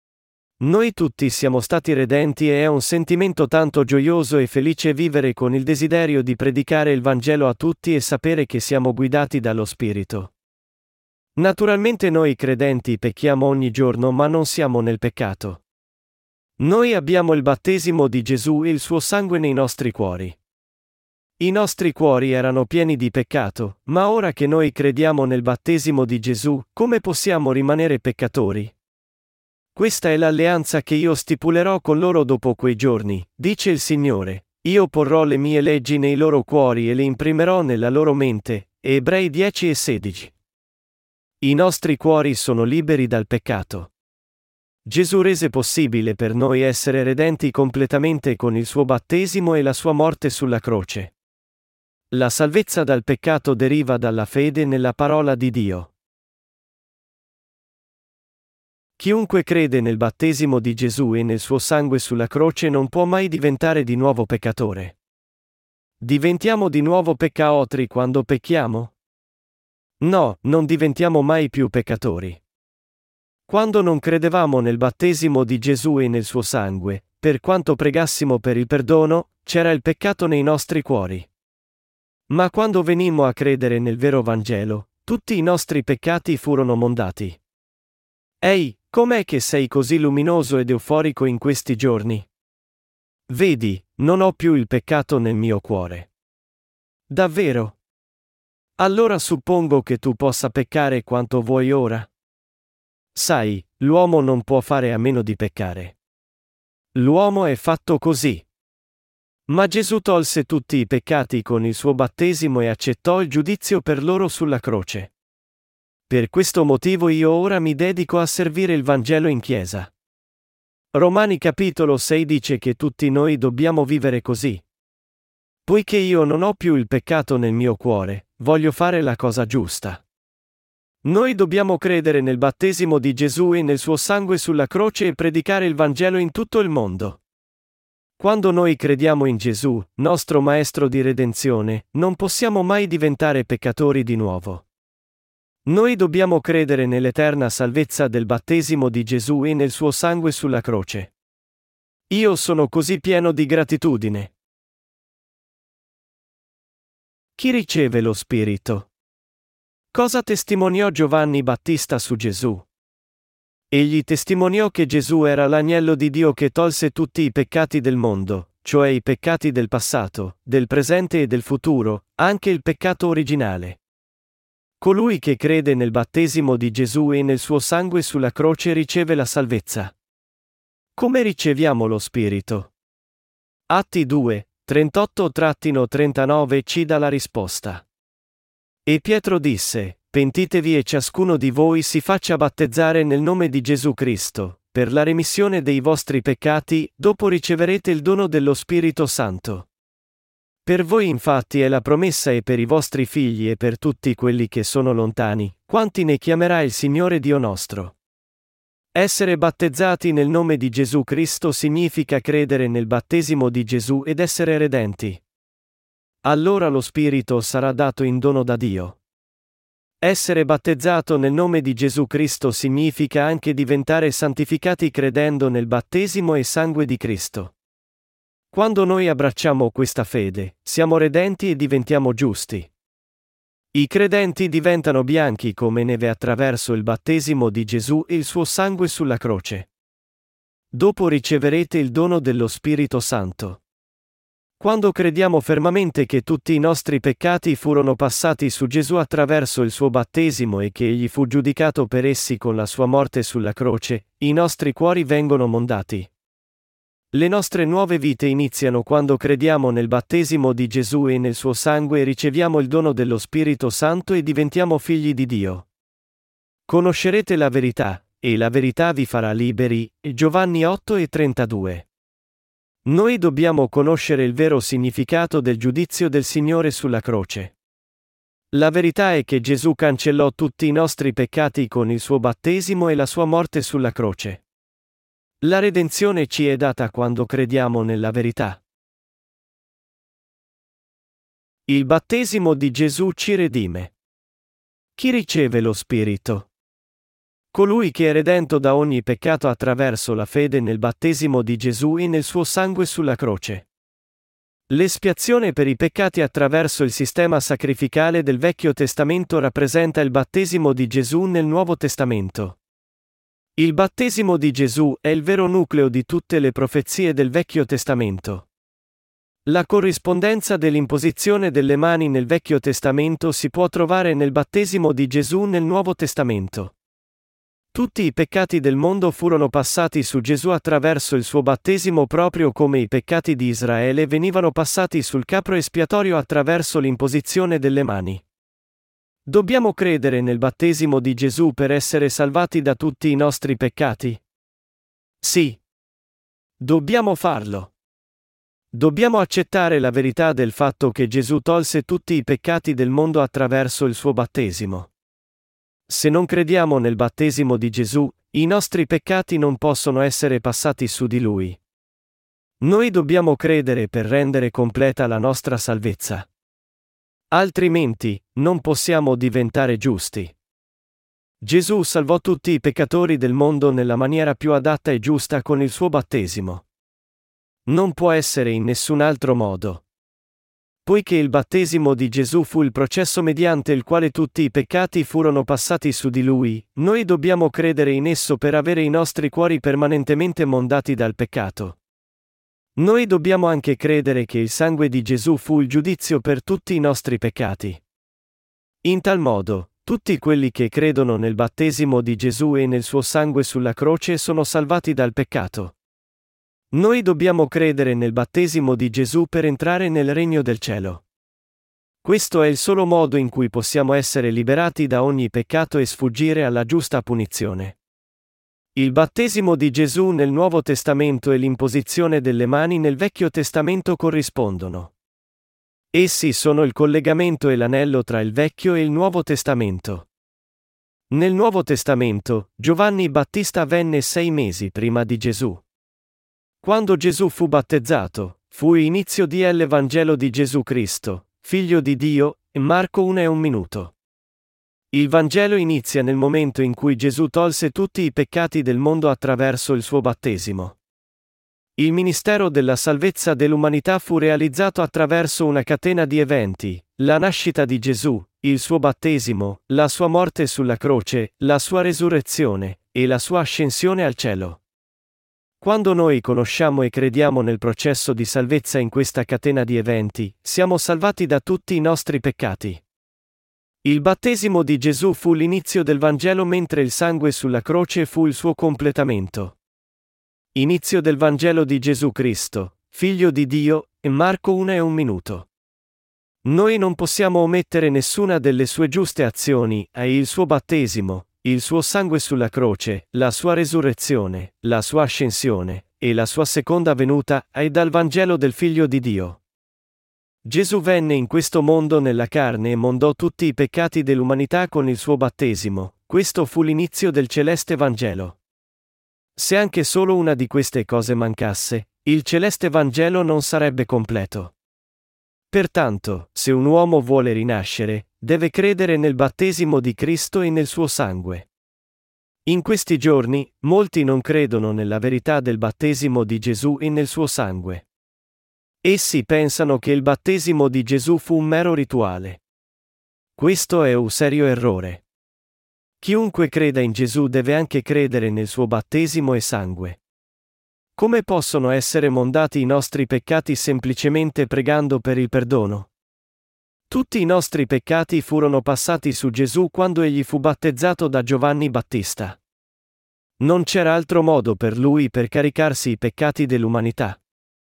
Noi tutti siamo stati redenti e è un sentimento tanto gioioso e felice vivere con il desiderio di predicare il Vangelo a tutti e sapere che siamo guidati dallo Spirito. Naturalmente noi credenti pecchiamo ogni giorno ma non siamo nel peccato. Noi abbiamo il battesimo di Gesù e il suo sangue nei nostri cuori. I nostri cuori erano pieni di peccato, ma ora che noi crediamo nel battesimo di Gesù, come possiamo rimanere peccatori? Questa è l'alleanza che io stipulerò con loro dopo quei giorni, dice il Signore. Io porrò le mie leggi nei loro cuori e le imprimerò nella loro mente. Ebrei dieci e sedici. I nostri cuori sono liberi dal peccato. Gesù rese possibile per noi essere redenti completamente con il suo battesimo e la sua morte sulla croce. La salvezza dal peccato deriva dalla fede nella parola di Dio. Chiunque crede nel battesimo di Gesù e nel suo sangue sulla croce non può mai diventare di nuovo peccatore. Diventiamo di nuovo peccatori quando pecchiamo? No, non diventiamo mai più peccatori. Quando non credevamo nel battesimo di Gesù e nel suo sangue, per quanto pregassimo per il perdono, c'era il peccato nei nostri cuori. Ma quando venimmo a credere nel vero Vangelo, tutti i nostri peccati furono mondati. Ehi, com'è che sei così luminoso ed euforico in questi giorni? Vedi, non ho più il peccato nel mio cuore. Davvero? Allora suppongo che tu possa peccare quanto vuoi ora? Sai, l'uomo non può fare a meno di peccare. L'uomo è fatto così. Ma Gesù tolse tutti i peccati con il suo battesimo e accettò il giudizio per loro sulla croce. Per questo motivo io ora mi dedico a servire il Vangelo in chiesa. Romani capitolo sei dice che tutti noi dobbiamo vivere così. Poiché io non ho più il peccato nel mio cuore, voglio fare la cosa giusta. Noi dobbiamo credere nel battesimo di Gesù e nel suo sangue sulla croce e predicare il Vangelo in tutto il mondo. Quando noi crediamo in Gesù, nostro Maestro di redenzione, non possiamo mai diventare peccatori di nuovo. Noi dobbiamo credere nell'eterna salvezza del battesimo di Gesù e nel suo sangue sulla croce. Io sono così pieno di gratitudine. Chi riceve lo Spirito? Cosa testimoniò Giovanni Battista su Gesù? Egli testimoniò che Gesù era l'agnello di Dio che tolse tutti i peccati del mondo, cioè i peccati del passato, del presente e del futuro, anche il peccato originale. Colui che crede nel battesimo di Gesù e nel suo sangue sulla croce riceve la salvezza. Come riceviamo lo Spirito? Atti due, trentotto trentanove ci dà la risposta. E Pietro disse: Pentitevi e ciascuno di voi si faccia battezzare nel nome di Gesù Cristo, per la remissione dei vostri peccati, dopo riceverete il dono dello Spirito Santo. Per voi infatti è la promessa e per i vostri figli e per tutti quelli che sono lontani, quanti ne chiamerà il Signore Dio nostro. Essere battezzati nel nome di Gesù Cristo significa credere nel battesimo di Gesù ed essere redenti. Allora lo Spirito sarà dato in dono da Dio. Essere battezzato nel nome di Gesù Cristo significa anche diventare santificati credendo nel battesimo e sangue di Cristo. Quando noi abbracciamo questa fede, siamo redenti e diventiamo giusti. I credenti diventano bianchi come neve attraverso il battesimo di Gesù e il suo sangue sulla croce. Dopo riceverete il dono dello Spirito Santo. Quando crediamo fermamente che tutti i nostri peccati furono passati su Gesù attraverso il suo battesimo e che egli fu giudicato per essi con la sua morte sulla croce, i nostri cuori vengono mondati. Le nostre nuove vite iniziano quando crediamo nel battesimo di Gesù e nel suo sangue e riceviamo il dono dello Spirito Santo e diventiamo figli di Dio. Conoscerete la verità, e la verità vi farà liberi. Giovanni otto e trentadue. Noi dobbiamo conoscere il vero significato del giudizio del Signore sulla croce. La verità è che Gesù cancellò tutti i nostri peccati con il suo battesimo e la sua morte sulla croce. La redenzione ci è data quando crediamo nella verità. Il battesimo di Gesù ci redime. Chi riceve lo Spirito? Colui che è redento da ogni peccato attraverso la fede nel battesimo di Gesù e nel suo sangue sulla croce. L'espiazione per i peccati attraverso il sistema sacrificale del Vecchio Testamento rappresenta il battesimo di Gesù nel Nuovo Testamento. Il battesimo di Gesù è il vero nucleo di tutte le profezie del Vecchio Testamento. La corrispondenza dell'imposizione delle mani nel Vecchio Testamento si può trovare nel battesimo di Gesù nel Nuovo Testamento. Tutti i peccati del mondo furono passati su Gesù attraverso il suo battesimo proprio come i peccati di Israele venivano passati sul capro espiatorio attraverso l'imposizione delle mani. Dobbiamo credere nel battesimo di Gesù per essere salvati da tutti i nostri peccati? Sì. Dobbiamo farlo. Dobbiamo accettare la verità del fatto che Gesù tolse tutti i peccati del mondo attraverso il suo battesimo. Se non crediamo nel battesimo di Gesù, i nostri peccati non possono essere passati su di Lui. Noi dobbiamo credere per rendere completa la nostra salvezza. Altrimenti, non possiamo diventare giusti. Gesù salvò tutti i peccatori del mondo nella maniera più adatta e giusta con il suo battesimo. Non può essere in nessun altro modo. Poiché il battesimo di Gesù fu il processo mediante il quale tutti i peccati furono passati su di Lui, noi dobbiamo credere in esso per avere i nostri cuori permanentemente mondati dal peccato. Noi dobbiamo anche credere che il sangue di Gesù fu il giudizio per tutti i nostri peccati. In tal modo, tutti quelli che credono nel battesimo di Gesù e nel suo sangue sulla croce sono salvati dal peccato. Noi dobbiamo credere nel battesimo di Gesù per entrare nel regno del cielo. Questo è il solo modo in cui possiamo essere liberati da ogni peccato e sfuggire alla giusta punizione. Il battesimo di Gesù nel Nuovo Testamento e l'imposizione delle mani nel Vecchio Testamento corrispondono. Essi sono il collegamento e l'anello tra il Vecchio e il Nuovo Testamento. Nel Nuovo Testamento, Giovanni Battista venne sei mesi prima di Gesù. Quando Gesù fu battezzato, fu inizio dell'Evangelo di Gesù Cristo, Figlio di Dio, Marco uno e un minuto. Il Vangelo inizia nel momento in cui Gesù tolse tutti i peccati del mondo attraverso il suo battesimo. Il ministero della salvezza dell'umanità fu realizzato attraverso una catena di eventi: la nascita di Gesù, il suo battesimo, la sua morte sulla croce, la sua resurrezione, e la sua ascensione al cielo. Quando noi conosciamo e crediamo nel processo di salvezza in questa catena di eventi, siamo salvati da tutti i nostri peccati. Il battesimo di Gesù fu l'inizio del Vangelo, mentre il sangue sulla croce fu il suo completamento. Inizio del Vangelo di Gesù Cristo, Figlio di Dio, e Marco uno e un minuto. Noi non possiamo omettere nessuna delle sue giuste azioni, e il suo battesimo, il suo sangue sulla croce, la sua resurrezione, la sua ascensione, e la sua seconda venuta, e dal Vangelo del Figlio di Dio. Gesù venne in questo mondo nella carne e mondò tutti i peccati dell'umanità con il suo battesimo. Questo fu l'inizio del celeste Vangelo. Se anche solo una di queste cose mancasse, il celeste Vangelo non sarebbe completo. Pertanto, se un uomo vuole rinascere, deve credere nel battesimo di Cristo e nel suo sangue. In questi giorni, molti non credono nella verità del battesimo di Gesù e nel suo sangue. Essi pensano che il battesimo di Gesù fu un mero rituale. Questo è un serio errore. Chiunque creda in Gesù deve anche credere nel suo battesimo e sangue. Come possono essere mondati i nostri peccati semplicemente pregando per il perdono? Tutti i nostri peccati furono passati su Gesù quando egli fu battezzato da Giovanni Battista. Non c'era altro modo per lui per caricarsi i peccati dell'umanità.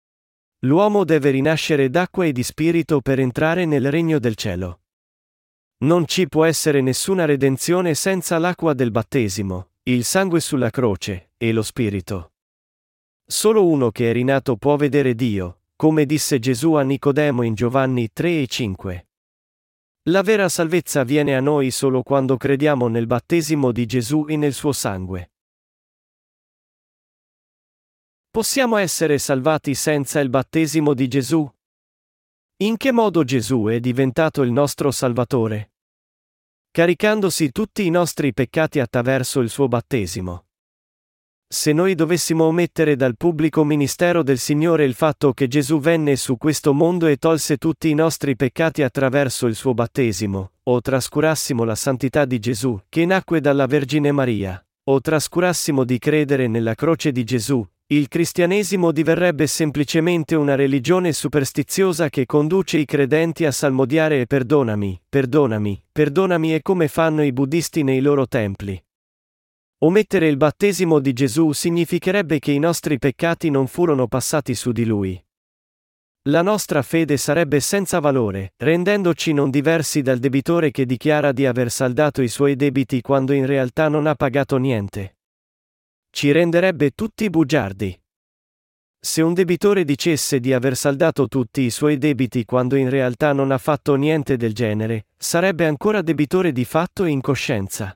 L'uomo deve rinascere d'acqua e di spirito per entrare nel regno del cielo. Non ci può essere nessuna redenzione senza l'acqua del battesimo, il sangue sulla croce, e lo spirito. Solo uno che è rinato può vedere Dio, come disse Gesù a Nicodemo in Giovanni tre e cinque. La vera salvezza viene a noi solo quando crediamo nel battesimo di Gesù e nel suo sangue. Possiamo essere salvati senza il battesimo di Gesù? In che modo Gesù è diventato il nostro Salvatore? Caricandosi tutti i nostri peccati attraverso il suo battesimo. Se noi dovessimo omettere dal pubblico ministero del Signore il fatto che Gesù venne su questo mondo e tolse tutti i nostri peccati attraverso il suo battesimo, o trascurassimo la santità di Gesù, che nacque dalla Vergine Maria, o trascurassimo di credere nella croce di Gesù, il cristianesimo diverrebbe semplicemente una religione superstiziosa che conduce i credenti a salmodiare e perdonami, perdonami, perdonami e come fanno i buddisti nei loro templi. Omettere il battesimo di Gesù significherebbe che i nostri peccati non furono passati su di lui. La nostra fede sarebbe senza valore, rendendoci non diversi dal debitore che dichiara di aver saldato i suoi debiti quando in realtà non ha pagato niente. Ci renderebbe tutti bugiardi. Se un debitore dicesse di aver saldato tutti i suoi debiti quando in realtà non ha fatto niente del genere, sarebbe ancora debitore di fatto e in coscienza.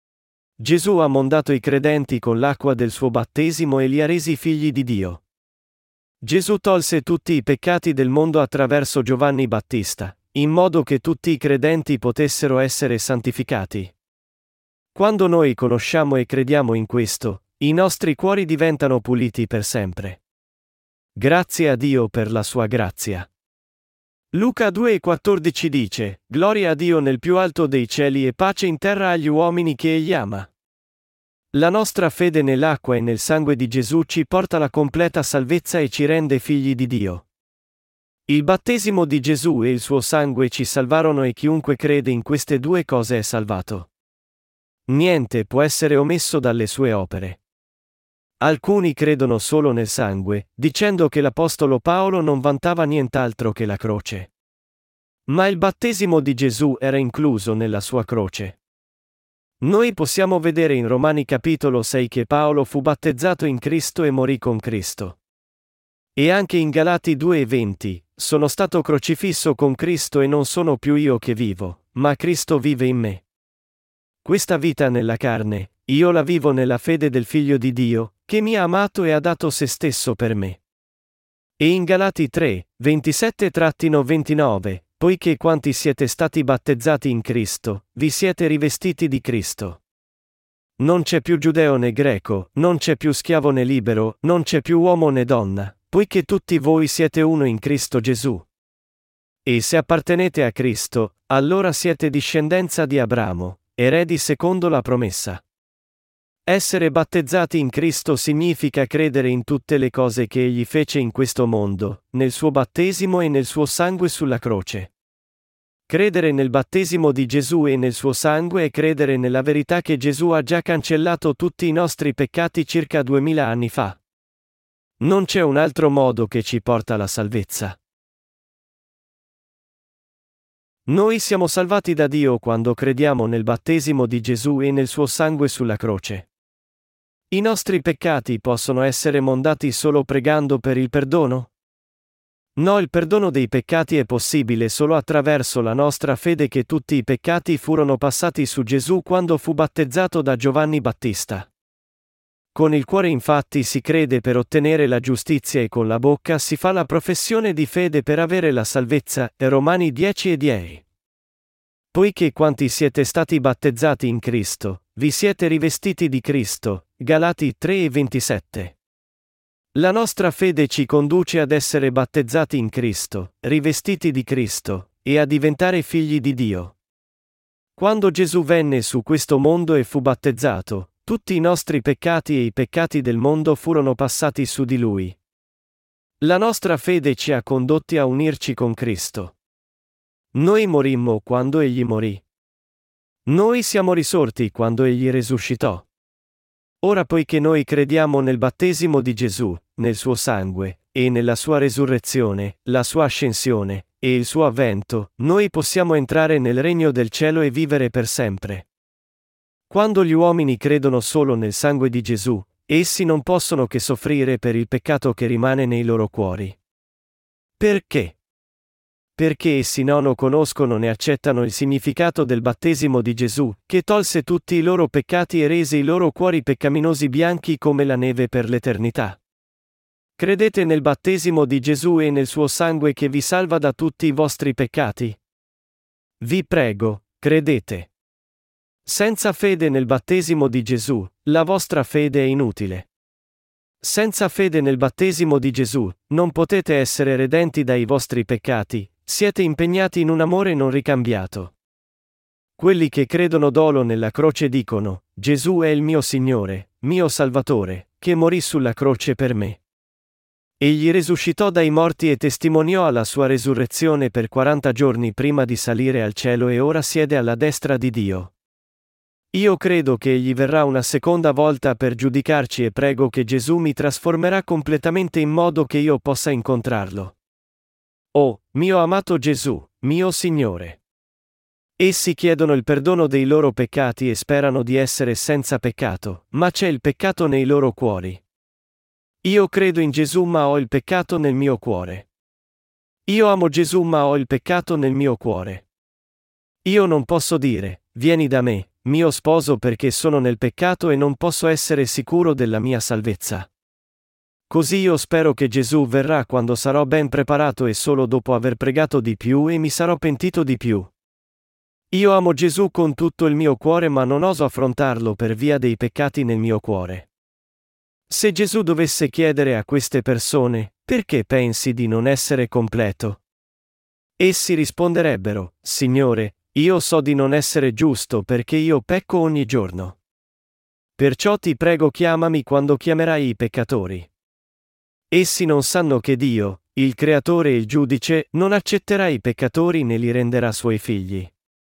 Gesù ha mondato i credenti con l'acqua del suo battesimo e li ha resi figli di Dio. Gesù tolse tutti i peccati del mondo attraverso Giovanni Battista, in modo che tutti i credenti potessero essere santificati. Quando noi conosciamo e crediamo in questo, i nostri cuori diventano puliti per sempre. Grazie a Dio per la sua grazia. Luca due e quattordici dice: Gloria a Dio nel più alto dei cieli e pace in terra agli uomini che Egli ama. La nostra fede nell'acqua e nel sangue di Gesù ci porta alla completa salvezza e ci rende figli di Dio. Il battesimo di Gesù e il suo sangue ci salvarono e chiunque crede in queste due cose è salvato. Niente può essere omesso dalle sue opere. Alcuni credono solo nel sangue, dicendo che l'apostolo Paolo non vantava nient'altro che la croce. Ma il battesimo di Gesù era incluso nella sua croce. Noi possiamo vedere in Romani capitolo sei che Paolo fu battezzato in Cristo e morì con Cristo. E anche in Galati due e venti, sono stato crocifisso con Cristo e non sono più io che vivo, ma Cristo vive in me. Questa vita nella carne, io la vivo nella fede del Figlio di Dio, che mi ha amato e ha dato se stesso per me. E in Galati tre, ventisette ventinove, Poiché quanti siete stati battezzati in Cristo, vi siete rivestiti di Cristo. Non c'è più giudeo né greco, non c'è più schiavo né libero, non c'è più uomo né donna, poiché tutti voi siete uno in Cristo Gesù. E se appartenete a Cristo, allora siete discendenza di Abramo, eredi secondo la promessa. Essere battezzati in Cristo significa credere in tutte le cose che Egli fece in questo mondo, nel suo battesimo e nel suo sangue sulla croce. Credere nel battesimo di Gesù e nel suo sangue è credere nella verità che Gesù ha già cancellato tutti i nostri peccati circa duemila anni fa. Non c'è un altro modo che ci porta alla salvezza. Noi siamo salvati da Dio quando crediamo nel battesimo di Gesù e nel suo sangue sulla croce. I nostri peccati possono essere mondati solo pregando per il perdono? No, il perdono dei peccati è possibile solo attraverso la nostra fede che tutti i peccati furono passati su Gesù quando fu battezzato da Giovanni Battista. Con il cuore infatti si crede per ottenere la giustizia e con la bocca si fa la professione di fede per avere la salvezza. Romani dieci e dieci. Poiché quanti siete stati battezzati in Cristo, vi siete rivestiti di Cristo. Galati tre e ventisette. La nostra fede ci conduce ad essere battezzati in Cristo, rivestiti di Cristo, e a diventare figli di Dio. Quando Gesù venne su questo mondo e fu battezzato, tutti i nostri peccati e i peccati del mondo furono passati su di Lui. La nostra fede ci ha condotti a unirci con Cristo. Noi morimmo quando Egli morì. Noi siamo risorti quando Egli risuscitò. Ora poiché noi crediamo nel battesimo di Gesù, nel suo sangue, e nella sua resurrezione, la sua ascensione, e il suo avvento, noi possiamo entrare nel regno del cielo e vivere per sempre. Quando gli uomini credono solo nel sangue di Gesù, essi non possono che soffrire per il peccato che rimane nei loro cuori. Perché? Perché essi non conoscono né accettano il significato del battesimo di Gesù, che tolse tutti i loro peccati e rese i loro cuori peccaminosi bianchi come la neve per l'eternità. Credete nel battesimo di Gesù e nel suo sangue che vi salva da tutti i vostri peccati? Vi prego, credete. Senza fede nel battesimo di Gesù, la vostra fede è inutile. Senza fede nel battesimo di Gesù, non potete essere redenti dai vostri peccati, siete impegnati in un amore non ricambiato. Quelli che credono dolo nella croce dicono: Gesù è il mio Signore, mio Salvatore, che morì sulla croce per me. Egli risuscitò dai morti e testimoniò alla sua resurrezione per quaranta giorni prima di salire al cielo e ora siede alla destra di Dio. Io credo che Egli verrà una seconda volta per giudicarci e prego che Gesù mi trasformerà completamente in modo che io possa incontrarlo. Oh, mio amato Gesù, mio Signore. Essi chiedono il perdono dei loro peccati e sperano di essere senza peccato, ma c'è il peccato nei loro cuori. Io credo in Gesù ma ho il peccato nel mio cuore. Io amo Gesù ma ho il peccato nel mio cuore. Io non posso dire: vieni da me, mio sposo, perché sono nel peccato e non posso essere sicuro della mia salvezza. Così io spero che Gesù verrà quando sarò ben preparato e solo dopo aver pregato di più e mi sarò pentito di più. Io amo Gesù con tutto il mio cuore ma non oso affrontarlo per via dei peccati nel mio cuore. Se Gesù dovesse chiedere a queste persone: perché pensi di non essere completo? Essi risponderebbero: Signore, io so di non essere giusto perché io pecco ogni giorno. Perciò ti prego, chiamami quando chiamerai i peccatori. Essi non sanno che Dio, il Creatore e il Giudice, non accetterà i peccatori né li renderà suoi figli.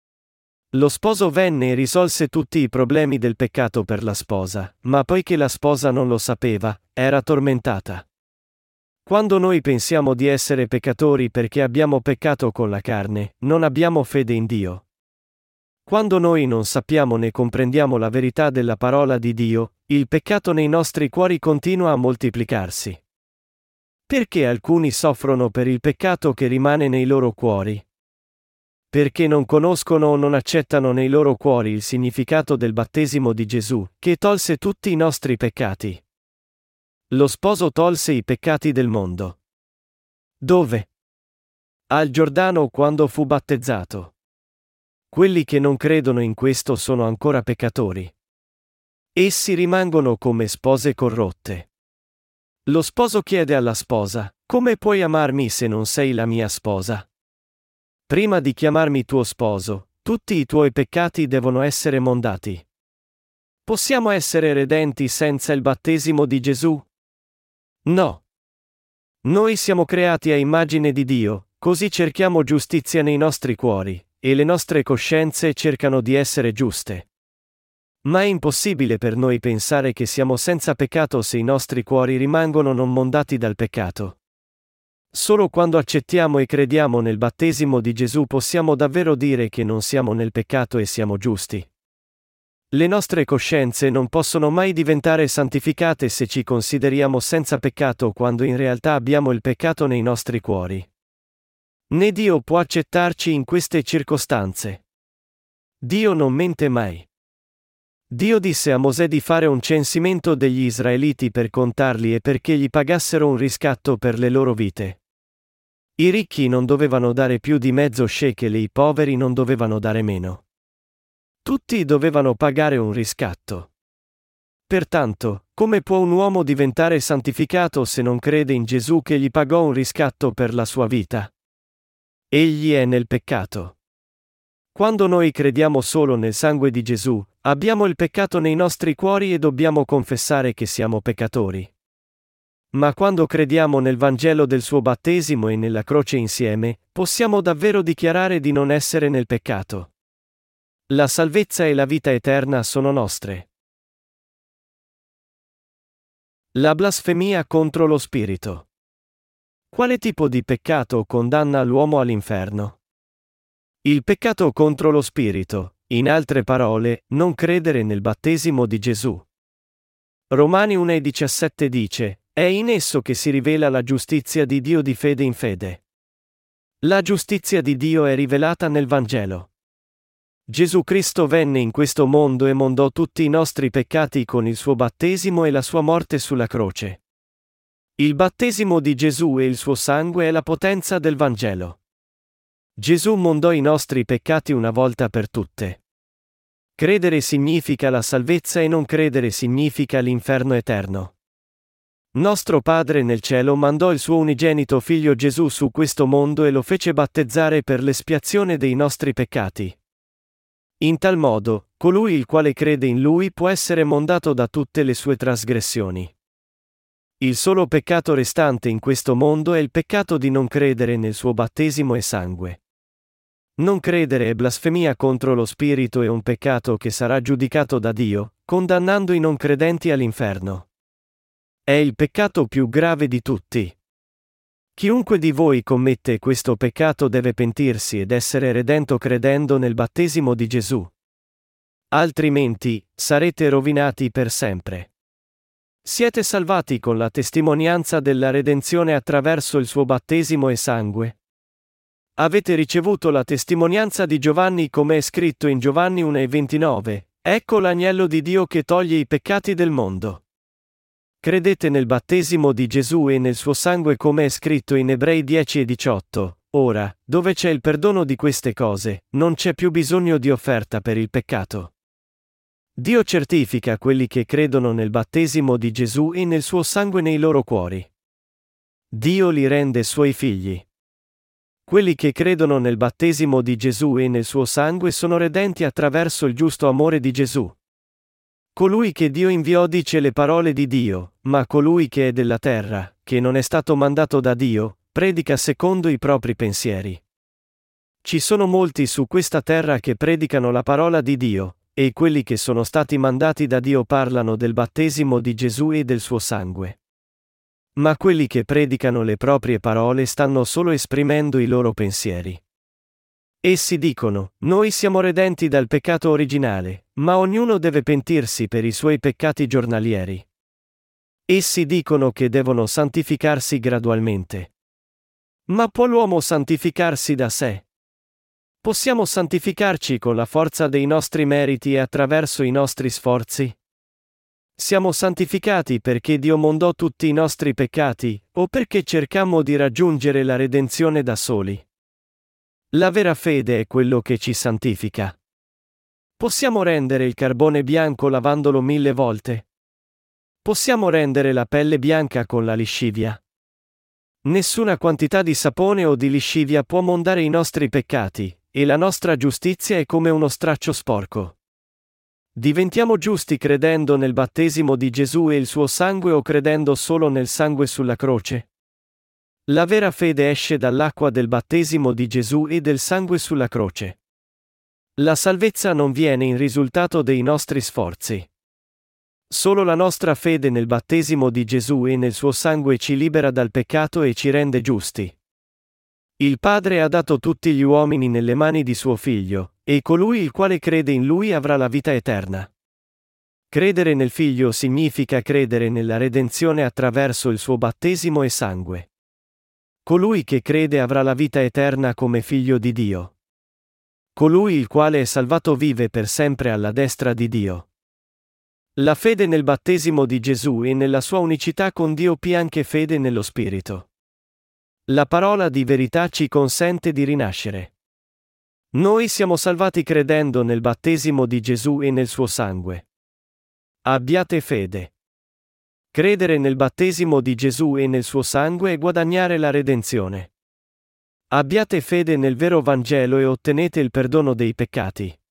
Lo sposo venne e risolse tutti i problemi del peccato per la sposa, ma poiché la sposa non lo sapeva, era tormentata. Quando noi pensiamo di essere peccatori perché abbiamo peccato con la carne, non abbiamo fede in Dio. Quando noi non sappiamo né comprendiamo la verità della parola di Dio, il peccato nei nostri cuori continua a moltiplicarsi. Perché alcuni soffrono per il peccato che rimane nei loro cuori? Perché non conoscono o non accettano nei loro cuori il significato del battesimo di Gesù, che tolse tutti i nostri peccati. Lo sposo tolse i peccati del mondo. Dove? Al Giordano quando fu battezzato. Quelli che non credono in questo sono ancora peccatori. Essi rimangono come spose corrotte. Lo sposo chiede alla sposa: come puoi amarmi se non sei la mia sposa? Prima di chiamarmi tuo sposo, tutti i tuoi peccati devono essere mondati. Possiamo essere redenti senza il battesimo di Gesù? No. Noi siamo creati a immagine di Dio, così cerchiamo giustizia nei nostri cuori, e le nostre coscienze cercano di essere giuste. Ma è impossibile per noi pensare che siamo senza peccato se i nostri cuori rimangono non mondati dal peccato. Solo quando accettiamo e crediamo nel battesimo di Gesù possiamo davvero dire che non siamo nel peccato e siamo giusti. Le nostre coscienze non possono mai diventare santificate se ci consideriamo senza peccato quando in realtà abbiamo il peccato nei nostri cuori. Né Dio può accettarci in queste circostanze. Dio non mente mai. Dio disse a Mosè di fare un censimento degli Israeliti per contarli e perché gli pagassero un riscatto per le loro vite. I ricchi non dovevano dare più di mezzo shekel e i poveri non dovevano dare meno. Tutti dovevano pagare un riscatto. Pertanto, come può un uomo diventare santificato se non crede in Gesù che gli pagò un riscatto per la sua vita? Egli è nel peccato. Quando noi crediamo solo nel sangue di Gesù, abbiamo il peccato nei nostri cuori e dobbiamo confessare che siamo peccatori. Ma quando crediamo nel Vangelo del suo battesimo e nella croce insieme, possiamo davvero dichiarare di non essere nel peccato. La salvezza e la vita eterna sono nostre. La blasfemia contro lo Spirito. Quale tipo di peccato condanna l'uomo all'inferno? Il peccato contro lo Spirito, in altre parole, non credere nel battesimo di Gesù. Romani uno e diciassette dice: è in esso che si rivela la giustizia di Dio di fede in fede. La giustizia di Dio è rivelata nel Vangelo. Gesù Cristo venne in questo mondo e mondò tutti i nostri peccati con il suo battesimo e la sua morte sulla croce. Il battesimo di Gesù e il suo sangue è la potenza del Vangelo. Gesù mondò i nostri peccati una volta per tutte. Credere significa la salvezza e non credere significa l'inferno eterno. Nostro Padre nel cielo mandò il suo unigenito Figlio Gesù su questo mondo e lo fece battezzare per l'espiazione dei nostri peccati. In tal modo, colui il quale crede in Lui può essere mondato da tutte le sue trasgressioni. Il solo peccato restante in questo mondo è il peccato di non credere nel suo battesimo e sangue. Non credere è blasfemia contro lo Spirito e un peccato che sarà giudicato da Dio, condannando i non credenti all'inferno. È il peccato più grave di tutti. Chiunque di voi commette questo peccato deve pentirsi ed essere redento credendo nel battesimo di Gesù. Altrimenti, sarete rovinati per sempre. Siete salvati con la testimonianza della redenzione attraverso il suo battesimo e sangue. Avete ricevuto la testimonianza di Giovanni come è scritto in Giovanni uno e ventinove, ecco l'agnello di Dio che toglie i peccati del mondo. Credete nel battesimo di Gesù e nel suo sangue come è scritto in Ebrei dieci e diciotto, ora, dove c'è il perdono di queste cose, non c'è più bisogno di offerta per il peccato. Dio certifica quelli che credono nel battesimo di Gesù e nel suo sangue nei loro cuori. Dio li rende suoi figli. Quelli che credono nel battesimo di Gesù e nel suo sangue sono redenti attraverso il giusto amore di Gesù. Colui che Dio inviò dice le parole di Dio, ma colui che è della terra, che non è stato mandato da Dio, predica secondo i propri pensieri. Ci sono molti su questa terra che predicano la parola di Dio, e quelli che sono stati mandati da Dio parlano del battesimo di Gesù e del suo sangue. Ma quelli che predicano le proprie parole stanno solo esprimendo i loro pensieri. Essi dicono: noi siamo redenti dal peccato originale, ma ognuno deve pentirsi per i suoi peccati giornalieri. Essi dicono che devono santificarsi gradualmente. Ma può l'uomo santificarsi da sé? Possiamo santificarci con la forza dei nostri meriti e attraverso i nostri sforzi? Siamo santificati perché Dio mondò tutti i nostri peccati, o perché cercammo di raggiungere la redenzione da soli? La vera fede è quello che ci santifica. Possiamo rendere il carbone bianco lavandolo mille volte? Possiamo rendere la pelle bianca con la liscivia? Nessuna quantità di sapone o di liscivia può mondare i nostri peccati, e la nostra giustizia è come uno straccio sporco. Diventiamo giusti credendo nel battesimo di Gesù e il suo sangue o credendo solo nel sangue sulla croce? La vera fede esce dall'acqua del battesimo di Gesù e del sangue sulla croce. La salvezza non viene in risultato dei nostri sforzi. Solo la nostra fede nel battesimo di Gesù e nel suo sangue ci libera dal peccato e ci rende giusti. Il Padre ha dato tutti gli uomini nelle mani di suo Figlio, e colui il quale crede in Lui avrà la vita eterna. Credere nel Figlio significa credere nella redenzione attraverso il suo battesimo e sangue. Colui che crede avrà la vita eterna come figlio di Dio. Colui il quale è salvato vive per sempre alla destra di Dio. La fede nel battesimo di Gesù e nella sua unicità con Dio P anche fede nello Spirito. La parola di verità ci consente di rinascere. Noi siamo salvati credendo nel battesimo di Gesù e nel suo sangue. Abbiate fede. Credere nel battesimo di Gesù e nel suo sangue è guadagnare la redenzione. Abbiate fede nel vero Vangelo e ottenete il perdono dei peccati.